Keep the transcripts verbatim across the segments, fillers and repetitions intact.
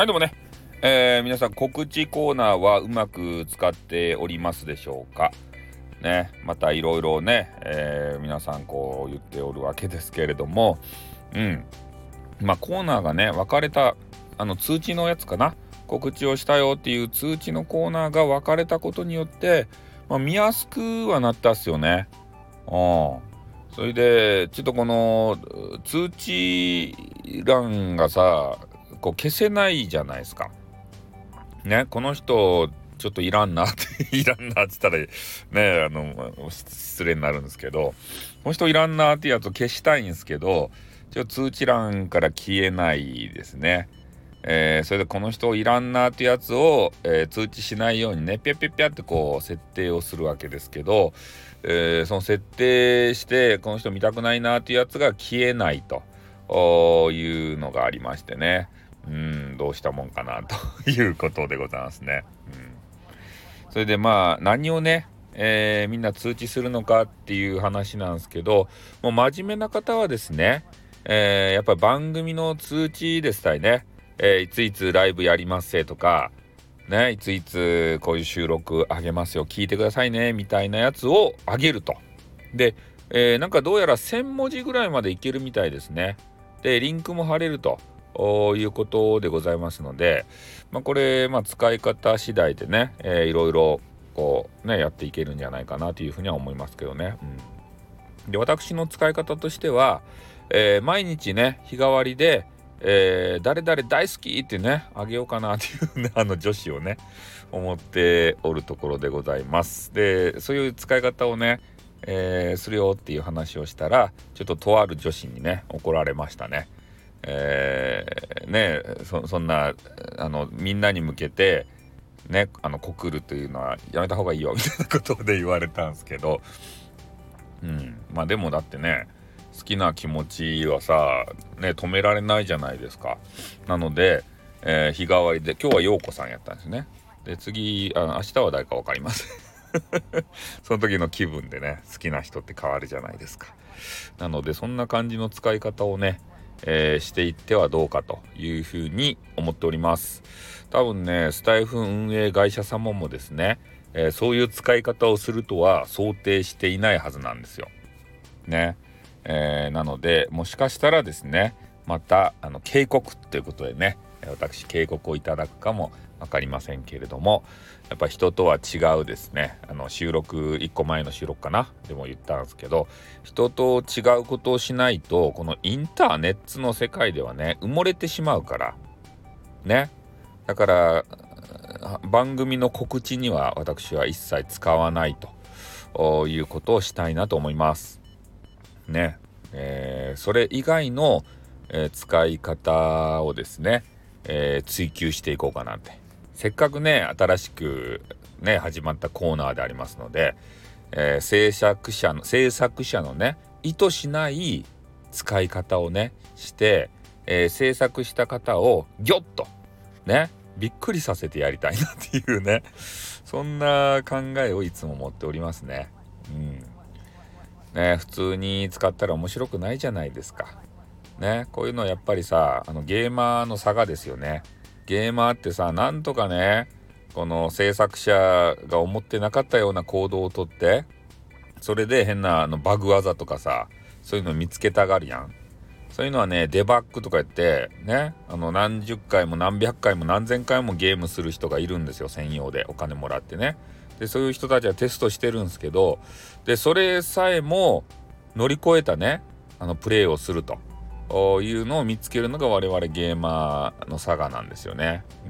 はい、どうもね、えー皆さん告知コーナーはうまく使っておりますでしょうかね。またいろいろね、えー皆さんこう言っておるわけですけれども、うんまあコーナーがね分かれた、あの通知のやつかな、告知をしたよっていう通知のコーナーが分かれたことによって、まあ、見やすくはなったっすよね。うんそれでちょっとこのう通知欄がさ、こう消せないじゃないですか。ね、この人ちょっといらんなっていらんなって言ったらね、あの失礼になるんですけど、この人いらんなってやつを消したいんですけど、ちょっと通知欄から消えないですね。えー、それでこの人いらんなってやつを、えー通知しないようにね、ピャピャピャってこう設定をするわけですけど、えーその設定してこの人見たくないなっていうやつが消えないとおーいうのがありましてね。うん、どうしたもんかなということでございますね。うん、それでまあ何をね、えーみんな通知するのかっていう話なんですけど、もう真面目な方はですね、えーやっぱり番組の通知でしたりね、えーいついつライブやりますせとか、ね、いついつこういう収録あげますよ、聞いてくださいねみたいなやつをあげると。で、えーなんかどうやらせんもじぐらいまでいけるみたいですね。で、リンクも貼れるということでございますので、まあ、これ、まあ、使い方次第でね、えーいろいろこうねやっていけるんじゃないかなというふうには思いますけどね。うん、で、私の使い方としては、えー毎日ね日替わりで、えー誰々大好きってねあげようかなっていうねあの女子をね思っておるところでございます。で、そういう使い方をね、えーするよっていう話をしたら、ちょっととある女子にね怒られましたね。えーねそそんなあのみんなに向けてねあの告るというのはやめた方がいいよみたいなことで言われたんですけど、うんまあでもだってね、好きな気持ちはさね止められないじゃないですか。なので、えー日替わりで今日は陽子さんやったんですね。で次あ明日は誰か分かりませんその時の気分でね好きな人って変わるじゃないですか。なのでそんな感じの使い方をね、えーしていってはどうかというふうに思っております。多分ねスタイフ運営会社様もですね、えーそういう使い方をするとは想定していないはずなんですよね。えーなのでもしかしたらですね、またあの警告ということでね、私警告をいただくかも分かりませんけれども、やっぱ人とは違うですね、あの収録いっこまえの収録かなでも言ったんですけど、人と違うことをしないとこのインターネットの世界ではね埋もれてしまうからね。だから番組の告知には私は一切使わないということをしたいなと思いますね。えーそれ以外の、えー使い方をですね、えー追求していこうかなって。せっかくね新しくね始まったコーナーでありますので、えー制作者の制作者のね意図しない使い方をねして、えー制作した方をギョッとねびっくりさせてやりたいなっていうね、そんな考えをいつも持っておりますね。うんね、普通に使ったら面白くないじゃないですか。ね、こういうのやっぱりさ、あのゲーマーの差がですよね。ゲーマーってさ、なんとかね、この制作者が思ってなかったような行動をとって、それで変なあのバグ技とかさ、そういうの見つけたがるやん。そういうのはね、デバッグとか言って、ね、あの何十回も何百回も何千回もゲームする人がいるんですよ、専用でお金もらってね。で、そういう人たちはテストしてるんですけど、で、それさえも乗り越えたね、あのプレイをするというのを見つけるのが我々ゲーマーの差がなんですよね。うん、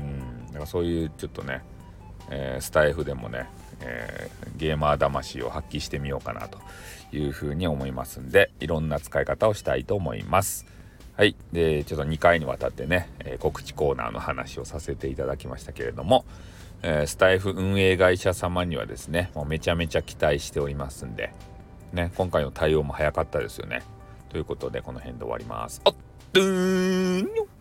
だからそういうちょっとね、えースタイフでもね、えーゲーマー魂を発揮してみようかなというふうに思いますんで、いろんな使い方をしたいと思います。はい。で、ちょっとにかいにわたってね、えー告知コーナーの話をさせていただきましたけれども、えースタイフ運営会社様にはですね、もうめちゃめちゃ期待しておりますんで、ね、今回の対応も早かったですよね。ということで、この辺で終わります。あっ、ドゥーンよ。